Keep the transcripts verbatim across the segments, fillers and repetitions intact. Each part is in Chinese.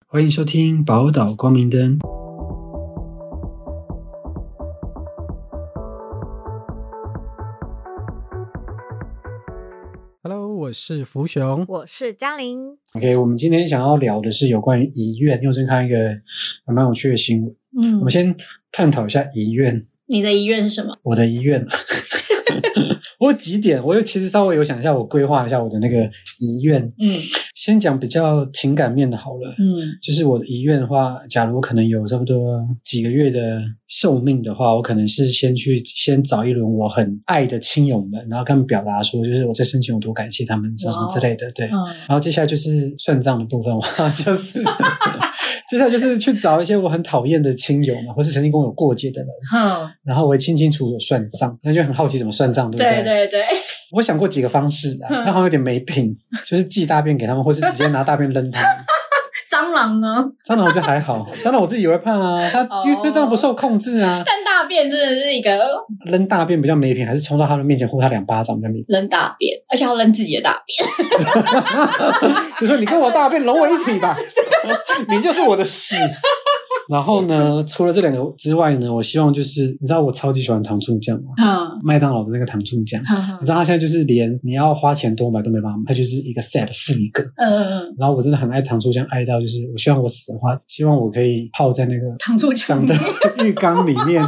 欢迎收听宝岛光明灯。Hello， 我是福雄， 我是嘉玲。 OK， 我们今天想要聊的是有关于遗愿，因为我最近看一个还蛮有趣的新闻。嗯，我们先探讨一下遗愿。 你的遗愿是什么？ 我的遗愿，我有几点，我有其实稍微有想一下，我规划一下我的那个遗愿。嗯，先讲比较情感面的好了。嗯，就是我的遗愿的话，假如我可能有差不多几个月的寿命的话，我可能是先去先找一轮我很爱的亲友们，然后跟他们表达说，就是我在生前有多感谢他们，什么什么之类的。对，嗯、然后接下来就是算账的部分，就是接下来就是去找一些我很讨厌的亲友嘛，或是曾经跟我有过节的人，嗯，然后我会清清楚楚算账。那就很好奇怎么算账，对不对？ 对对对。 我想过几个方式啊，但好像有点没品，就是寄大便给他们，或是直接拿大便扔他们。 蟑螂呢？ 蟑螂我觉得还好，蟑螂我自己也会怕啊，它因为蟑螂不受控制啊。 但大便真的是一个扔大便比较没品，还是冲到他的面前呼他两巴掌比较没品？ 扔大便，而且要扔自己的大便。 就说你跟我大便融为一体吧，你就是我的屎。然后呢，除了这两个之外呢，我希望就是你知道我超级喜欢糖醋酱吗？嗯，麦当劳的那个糖醋酱，嗯、你知道它现在就是连你要花钱多买都没办法买，它就是一个 set 附一个。嗯嗯嗯。然后我真的很爱糖醋酱，爱到就是我希望我死的话，希望我可以泡在那个糖醋酱的浴缸里面，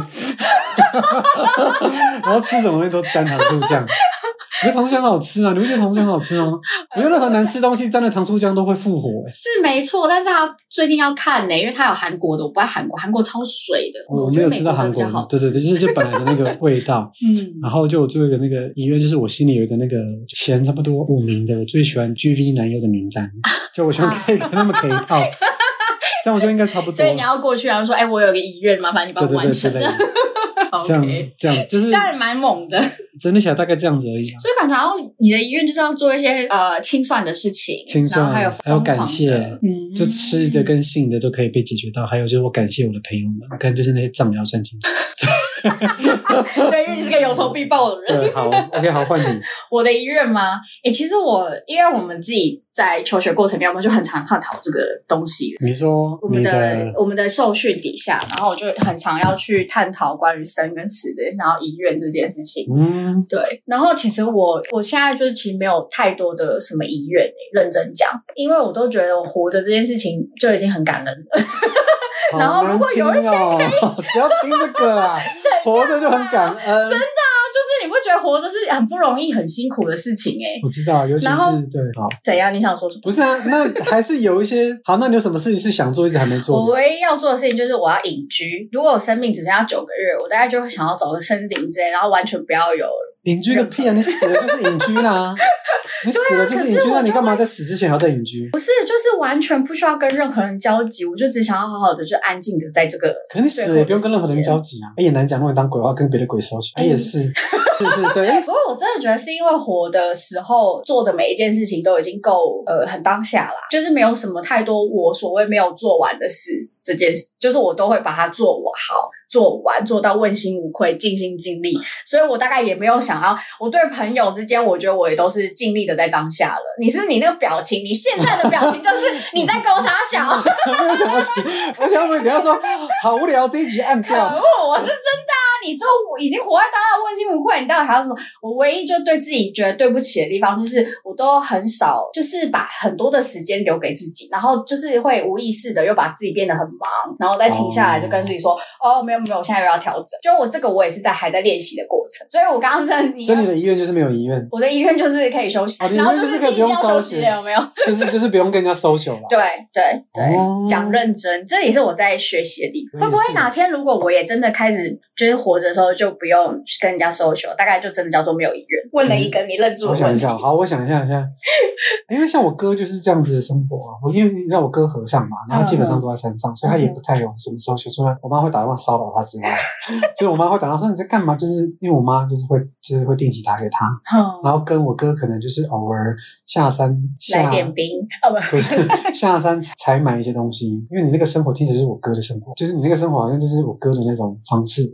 然后吃什么东西都沾糖醋酱。我觉得糖醋酱很好吃啊，你会觉得糖醋酱很好吃吗？我觉得任何难吃东西沾了糖醋酱都会复活、欸。 是没错，但是他最近要看呢、欸，因为他有韩国的，我不爱韩国，韩国超水的。 我没有吃到韩国的，对对对，就是就本来的那个味道。嗯，然后就有做一个那个遗愿，就是我心里有一个那个前差不多五名的我最喜欢 G V 男优的名单，就我希望可以跟他们可以一套，这样我就应该差不多。 所以你要过去然后说，哎、欸，我有个遗愿，麻烦你帮我完成。对对对对这样这样就是这样蛮猛的， 整理起来大概这样子而已、啊。 所以感觉好像你的遗愿就是要做一些呃清算的事情， 清算， 然后还有还有感谢，嗯，就吃的跟性的都可以被解决到，还有就是我感谢我的朋友们，跟就是那些账也要算清楚。 对，因为你是个有仇必报的人。 对，好 ，OK， 好，换你。 我的遗愿吗？诶，其实我因为我们自己在求学过程里面，我们就很常探讨这个东西。 你说我们的我们的受训底下，然后我就很常要去探讨关于生跟死的，然后遗愿这件事情。嗯，对。然后其实我我现在就是其实没有太多的什么遗愿，认真讲，因为我都觉得我活着这件事情就已经很感人了。然后如果有一天可以， 只要听这个啊，活着就很感恩。 真的啊，就是你不觉得活着是很不容易、很辛苦的事情哎、欸？ 我知道，尤其是对，好。 怎样？你想说什么？ 不是啊，那还是有一些好。那你有什么事情是想做，一直还没做的？ 我唯一要做的事情就是我要隐居。如果我生命只剩下九个月，我大概就会想要找个森林之类，然后完全不要有。 隐居个屁啊！你死了就是隐居啦，你死了就是隐居，那你干嘛在死之前还要再隐居？ 不是，就是完全不需要跟任何人交集，我就只想要好好的就安静的在这个。 可是你死了也不用跟任何人交集啊！哎，也难讲，如果你当鬼的话，跟别的鬼收起。哎，也是，是是，对。 不过我真的觉得是因为活的时候做的每一件事情都已经够呃很当下啦，就是没有什么太多我所谓没有做完的事。这件事就是我都会把它做好做完，做到问心无愧，尽心尽力，所以我大概也没有想要我对朋友之间，我觉得我也都是尽力的在当下了。你是你那个表情，你现在的表情就是你在跟我傻笑。 没有想到，而且他们等一下说好无聊，这一集按掉。 可恶，我是真的啊！你就已经活在当下问心无愧，你到底还有什么？我唯一就对自己觉得对不起的地方，就是我都很少，就是把很多的时间留给自己，然后就是会无意识的又把自己变得很忙，然后再停下来就跟自己说，哦，哦没有没有，我现在又要调整。就我这个我也是在还在练习的过程，所以我刚刚真的， 所以你的遗愿就是没有遗愿， 我的遗愿就是可以休息， 哦、 然后就是自己要休息了，有没有？ 就是就是不用跟人家 social 了。 对对对，讲、哦、认真，这也是我在学习的地方。会不会哪天如果我也真的开始就是活着的时候就不用跟人家 social， 大概就真的叫做没有遗愿？问了一个你愣住的问题。 我想一下，好，我想一下一下，因为像我哥就是这样子的生活啊。我因为你知道我哥和尚嘛，然后基本上都在山上，嗯、所以他也不太有什么 social。除了我妈会打电话骚扰他之外，所以我妈会打电话说你在干嘛？就是因为我妈就是会就是会定期打给他，嗯、然后跟我哥可能就是偶尔下山下来点冰，哦不， 不是下山采买一些东西。因为你那个生活听起来就是我哥的生活，就是你那个生活好像就是我哥的那种方式，倒觉得还 OK。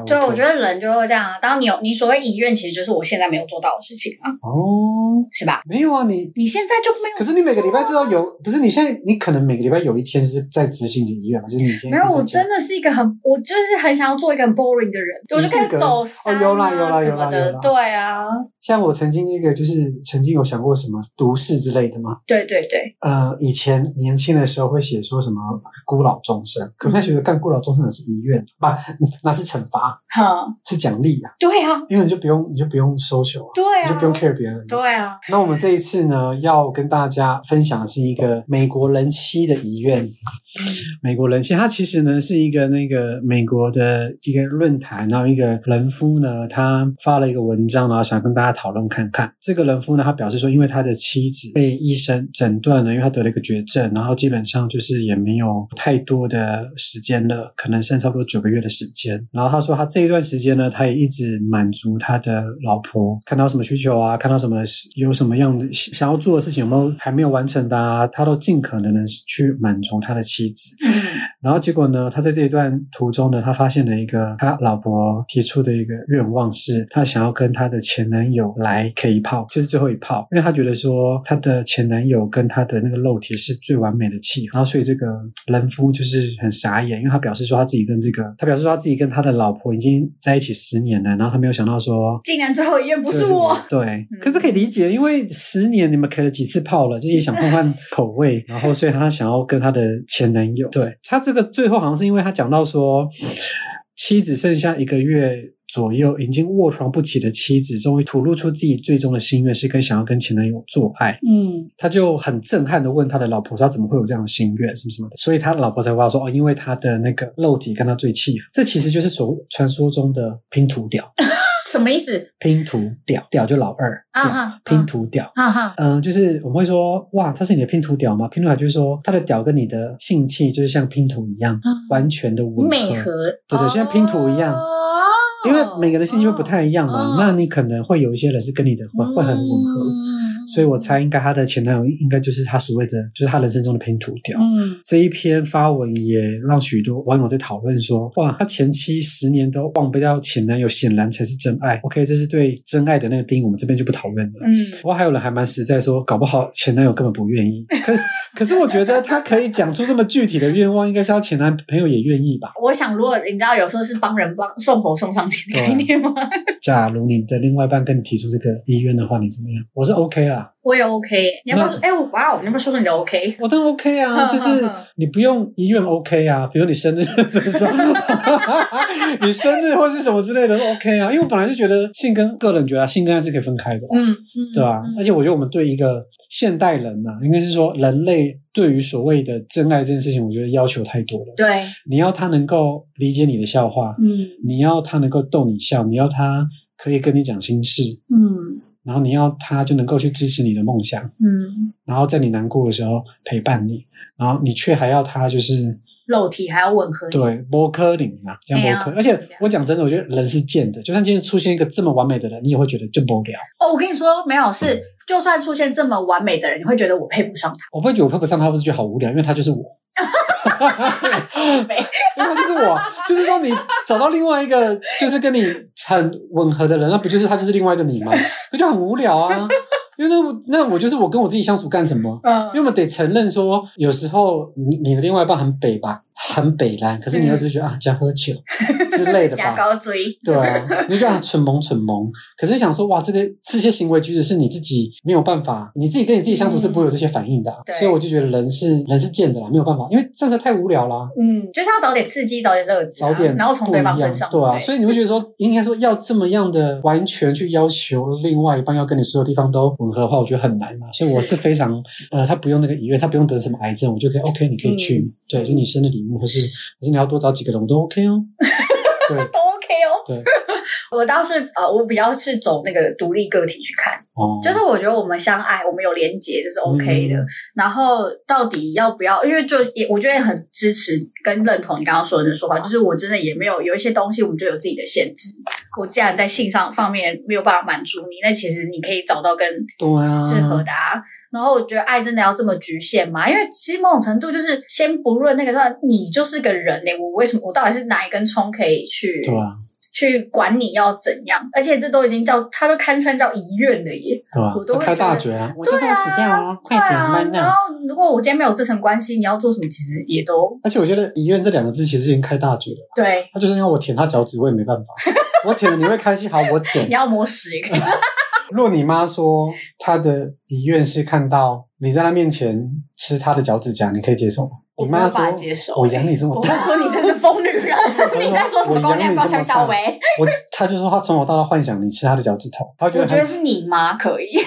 对，我觉得人就会这样啊。当你有你所谓遗愿，其实就是我现在没有做到的事情啊。哦，是吧？ 没有啊，你你现在就没有。 可是你每个礼拜至少有，不是你现在你可能每个礼拜有一天是在执行你的遗愿嘛？就是你天没有，我真的是一个很，我就是很想要做一个很 boring 的人，我就开始走山啊、 哦、有啦有啦什么的，对啊。 像我曾经那个就是曾经有想过什么读士之类的嘛？ 对对对。 呃，以前年轻的时候会写说什么孤老终生，可是他觉得干孤老终生的是遗愿，不、嗯，那是惩罚，哈，是奖励啊。 对啊， 因为你就不用你就不用social啊， 对啊， 你就不用 care 别人。 对啊。 那我们这一次呢，要跟大家分享的是一个美国人妻的遗愿。嗯、美国人妻，它其实呢是一个那个美国的一个论坛，然后一个人夫呢，他发了一个文章，然后想跟大家讨论看看。这个人夫呢，他表示说，因为他的妻子被医生诊断了，因为他得了一个绝症，然后基本上就是也没有太多的时间了，可能剩差不多九个月的时间。然后他说，他这一段时间呢，他也一直满足他的老婆，看到什么需求啊，看到什么有什么样的想要做的事情有没有还没有完成的啊，他都尽可能的去满足他的妻子。然后结果呢，他在这一段途中呢，他发现了一个他老婆提出的一个愿望，是他想要跟他的前男友来 K 一炮，就是最后一炮，因为他觉得说他的前男友跟他的那个肉体是最完美的契合。然后所以这个人夫就是很傻眼，因为他表示说他自己跟这个他表示说他自己跟他的老婆已经在一起十年了，然后他没有想到说竟然最后一愿不是我。 对、嗯、可是可以理解，因为十年你们 K 了几次炮了，就也想换换口味然后所以他想要跟他的前男友，对，他这个最后好像是因为他讲到说妻子剩下一个月左右，已经卧床不起的妻子终于吐露出自己最终的心愿，是跟想要跟前男友做爱。嗯，他就很震撼的问他的老婆说他怎么会有这样的心愿什么什么的，所以他的老婆才会说哦，因为他的那个肉体跟他最契合。这其实就是所传说中的拼图屌。 什么意思？ 拼图屌，屌就老二， 啊哈， 拼图屌， 啊哈， 嗯，就是我们会说，哇，他是你的拼图屌吗？拼图屌就是说，他的屌跟你的性器就是像拼图一样，嗯、完全的吻合， 美合， 对对，像拼图一样。哦、因为每个人的性器会不太一样嘛，哦、那你可能会有一些人是跟你的会、嗯、会很吻合。所以我猜应该她的前男友应该就是她所谓的就是她人生中的拼图屌。嗯，这一篇发文也让许多网友在讨论说，哇，她前妻十年都忘不掉前男友，显然才是真爱。 OK， 这是对真爱的那个定义，我们这边就不讨论了。嗯，不过还有人还蛮实在说，搞不好前男友根本不愿意。可可是我觉得他可以讲出这么具体的愿望，应该是他前男朋友也愿意吧。 我想如果你知道有时候是帮人帮送佛送上天的概念吗？ 假如你的另外一半跟你提出这个意愿的话，你怎么样？我是 OK 啦， 我也 OK。你要不要说？哎、欸，哇，你要不要说说你的 OK？ 我当然 OK 啊，就是你不用遗愿 OK 啊，比如你生日的时候，你生日或是什么之类的都 OK 啊。因为我本来就觉得性跟个人觉得、啊、性跟爱是可以分开的，嗯，嗯对吧、啊嗯？而且我觉得我们对一个现代人啊，应该是说人类对于所谓的真爱这件事情，我觉得要求太多了。 对， 你要他能够理解你的笑话，嗯，你要他能够逗你笑，你要他可以跟你讲心事，嗯。然后你要他就能够去支持你的梦想，嗯，然后在你难过的时候陪伴你，然后你却还要他就是肉体还要吻合你， 对，不可能啊，这样不可能。而且我讲真的，我觉得人是贱的，就算今天出现一个这么完美的人，你也会觉得就无聊。 哦，我跟你说，没有是，就算出现这么完美的人，你会觉得我配不上他。 我不会觉得我配不上他，不是觉得好无聊，因为他就是我。因为他就是我，就是说你找到另外一个就是跟你很吻合的人，那不就是他就是另外一个你吗？那就很无聊啊。因为那我那我就是我跟我自己相处干什么？嗯，因为我们得承认说，有时候你你的另外一半很北吧，很北蓝，可是你又是觉得、嗯、啊加喝酒之类的吧， 加高追， 对啊，你就觉得蠢萌蠢萌。可是你想说，哇，这个这些行为举止是你自己没有办法，你自己跟你自己相处是不会有这些反应的、啊嗯，所以我就觉得人是人是贱的啦，没有办法，因为真的太无聊啦。 嗯，就是要找点刺激，找点热子、啊， 找点然后从对方身上， 对啊，所以你会觉得说，应该说要这么样的完全去要求另外一半要跟你所有地方都吻合的话，我觉得很难嘛。所以我是非常呃，他不用那个遗愿，他不用得什么癌症，我就可以 OK， 你可以去，嗯、对，就你生日礼物或是可是你要多找几个人，我都 OK 哦，对， 都 OK 哦， 对。 我倒是呃，我比较是走那个独立个体去看，哦，就是我觉得我们相爱，我们有连结，这是 OK 的、嗯。然后到底要不要？因为就也我觉得也很支持跟认同你刚刚说的说法，就是我真的也没有有一些东西，我们就有自己的限制。我既然在性上方面没有办法满足你，那其实你可以找到更适合的啊。然后我觉得爱真的要这么局限吗？因为其实某种程度就是先不论那个，你就是个人欸，我为什么我到底是哪一根葱可以去？ 对啊。 去管你要怎样，而且这都已经叫他都堪称叫遗愿了耶， 对啊， 我都会开大绝啊，我就是要死掉啊，快点慢点。 然后如果我今天没有这层关系，你要做什么其实也都， 而且我觉得遗愿这两个字其实已经开大绝了， 对， 他就是因为我舔他脚趾，我也没办法，我舔了你会开心，好我舔， 你要抹屎也可以。 若你妈说她的遗愿是看到你在她面前吃她的脚趾甲，你可以接受吗？ 我你妈说我养你这么大， 我会说你真是疯女人。你在说什么公娘高强小维？ 我他就说他从小到大幻想你吃他的脚趾头，他觉得我觉得是你妈可以。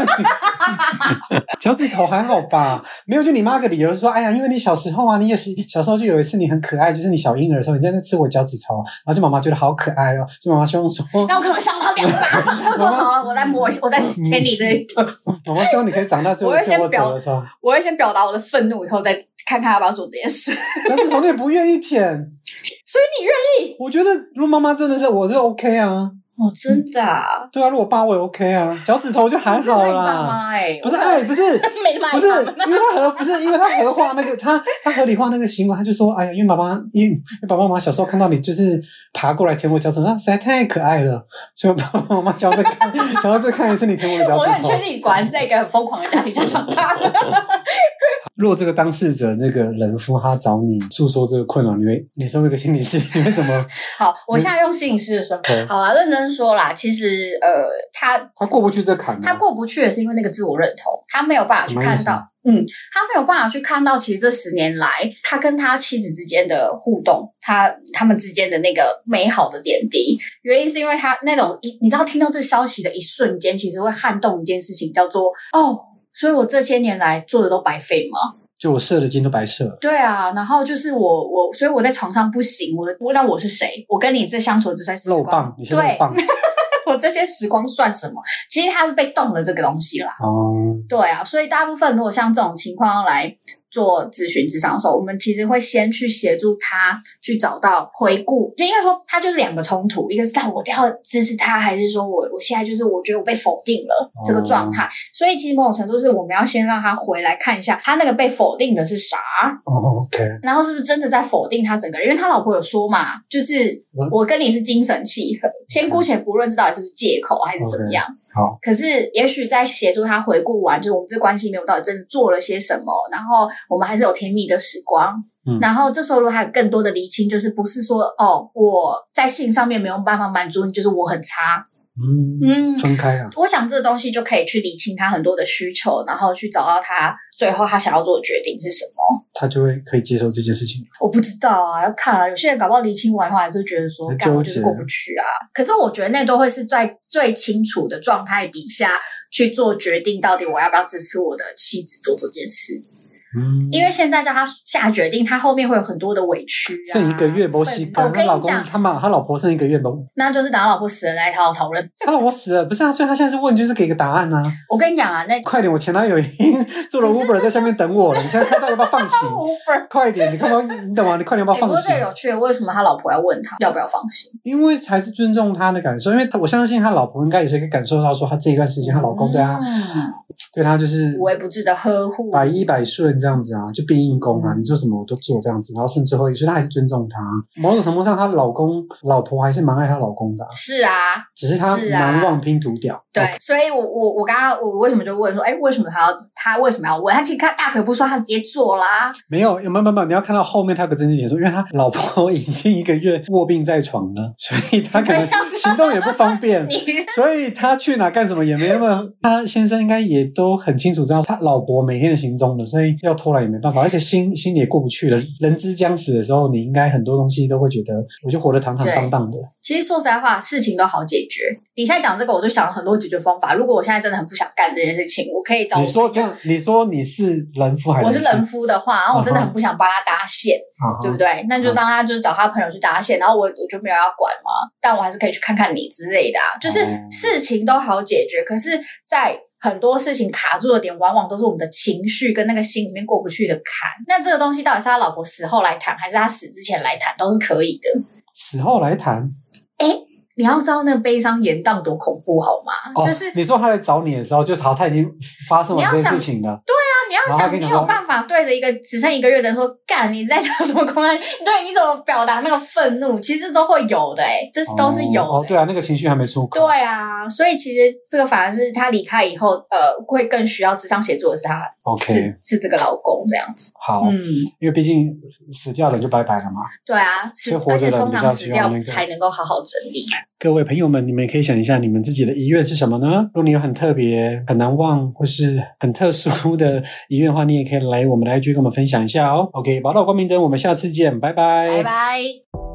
脚趾头还好吧？没有，就你妈个理由说，哎呀，因为你小时候啊，你有小时候就有一次你很可爱，就是你小婴儿的时候，你在那吃我脚趾头，然后就妈妈觉得好可爱哦，就妈妈希望说， 那我可能上他两巴掌，他说好了，我在摸，我在舔你这一顿。 妈妈希望你可以长大之后吃我走的时候， 我会先表达我的愤怒，以后再看看要不要做这件事。 脚趾头你也不愿意舔， 所以你愿意？ 我觉得如果妈妈真的是，我就 OK 啊。 哦，真的啊？ 对啊，如果爸我也 OK 啊，脚趾头就还好啦。 欸、 不是爱，不是，不是，因为他合，不是因为他合化那个，他他合理化那个行为，他就说，哎呀，因为爸爸，因为爸爸妈妈小时候看到你就是爬过来舔我脚趾头，实在太可爱了，所以爸爸妈妈想要再看，想要再看一次你舔我的脚趾头。 我很确定，果然是在一个很疯狂的家庭下长大的。 如果这个当事者那个人夫他找你诉说这个困扰，你会，你身为一个心理师，你会怎么？ 好，我现在用心理师的身份，好啦，认真说啦，其实呃，他他过不去这坎、啊， 他过不去的是因为那个自我认同，他没有办法去看到，嗯，他没有办法去看到，其实这十年来他跟他妻子之间的互动，他他们之间的那个美好的点滴，原因是因为他那种一，你知道听到这个消息的一瞬间，其实会撼动一件事情，叫做哦。所以我这些年来做的都白费吗？ 就我射的精都白射了。 对啊，然后就是我我，所以我在床上不行，我我那我是谁？我跟你这相处的这段时光， 肉棒，你是肉棒。 我这些时光算什么？其实他是被动了这个东西啦。 哦， 对啊，所以大部分如果像这种情况要来做咨询咨商的时候，我们其实会先去协助他去找到回顾，就应该说他就是两个冲突，一个是他我要支持他，还是说我我现在就是我觉得我被否定了、哦、这个状态。所以其实某种程度是我们要先让他回来看一下他那个被否定的是啥。 哦 OK， 然后是不是真的在否定他整个人？因为他老婆有说嘛，就是我跟你是精神契合，先姑且不论这到底是不是借口还是怎么样。Okay. 好， 可是也许在协助他回顾完，就是我们这关系没有到底真的做了些什么，然后我们还是有甜蜜的时光。嗯，然后这时候如果还有更多的厘清，就是不是说哦我在性上面没有办法满足你，就是我很差。 嗯嗯，分开啊。 我想这个东西就可以去厘清他很多的需求，然后去找到他最后他想要做的决定是什么， 他就会可以接受这件事情。 我不知道啊，要看啊。有些人搞不好厘清完以后还是觉得说，干我就是过不去啊。可是我觉得那都会是在最清楚的状态底下去做决定，到底我要不要支持我的妻子做这件事。嗯，因为现在叫他下决定，他后面会有很多的委屈啊。 剩一个月不洗干，他老公他妈他老婆剩一个月不， 那就是等他老婆死了来讨讨论。 他老婆死了，不是啊？所以他现在是问，就是给个答案啊。 我跟你讲啊，那快点，我前男友已经做了 Uber 在下面等我了。你现在看到要不要放行 ？Uber， 快点，你看不你懂吗？你快点要不要放行？ 不过最有趣的，为什么他老婆要问他要不要放行？ 因为还是尊重他的感受，因为他我相信他老婆应该也是可以感受到说，他这一段时间，她老公对他、嗯、对他就是无微不至的呵护， 百依百顺这样子啊，就变硬功啊，你做什么我都做这样子，然后甚至会，所以他还是尊重他。某种程度上，她老公老婆还是蛮爱她老公的、啊。 是啊， 只是他难忘拼图屌。 对， okay. 所以我我我刚刚我为什么就问说，哎，为什么他要他为什么要问？他其实他大可不说，他直接做啦。 没有，没有，没有，你要看到后面他有个真经点说，因为他老婆已经一个月卧病在床了，所以他可能行动也不方便，所以他去哪干什么也没那么。他先生应该也都很清楚知道他老婆每天的行踪的，所以要偷懒也没办法，而且心心里也过不去了。人之将死的时候，你应该很多东西都会觉得，我就活得堂堂荡荡的。 其实说实在话，事情都好解决。你现在讲这个，我就想了很多解决方法。如果我现在真的很不想干这件事情，我可以找我你说，你说你是人夫还是我是人夫的话，然后我真的很不想帮他搭线， uh-huh. 对不对？那就让他就是找他朋友去搭线，然后我我就没有要管嘛，但我还是可以去看看你之类的啊。就是事情都好解决，可是在很多事情卡住的点，往往都是我们的情绪跟那个心里面过不去的坎。那这个东西到底是他老婆死后来谈，还是他死之前来谈，都是可以的。 死后来谈？ 诶你要知道那个悲伤延宕多恐怖好吗？ 哦、 就是你说他来找你的时候，就是好，他已经发生完这件事情了。 对啊， 你要想，你有办法对着一个只剩一个月的人说，干你在讲什么公安？对，你怎么表达那个愤怒？其实都会有的、欸，这都是有的、欸哦。哦，对啊，那个情绪还没出口。 对啊，所以其实这个反而是他离开以后，呃，会更需要諮商协助的是他 ，OK， 是是这个老公这样子。 好，嗯，因为毕竟死掉了就拜拜了嘛。 对啊， 所以活着的人比较需要那个， 而且通常死掉才能够好好整理。 各位朋友们，你们也可以想一下，你们自己的遗愿是什么呢？如果你有很特别、很难忘或是很特殊的遗愿的话，你也可以来我们的 I G 跟我们分享一下哦。OK，宝岛光明灯，我们下次见，拜拜， 拜拜。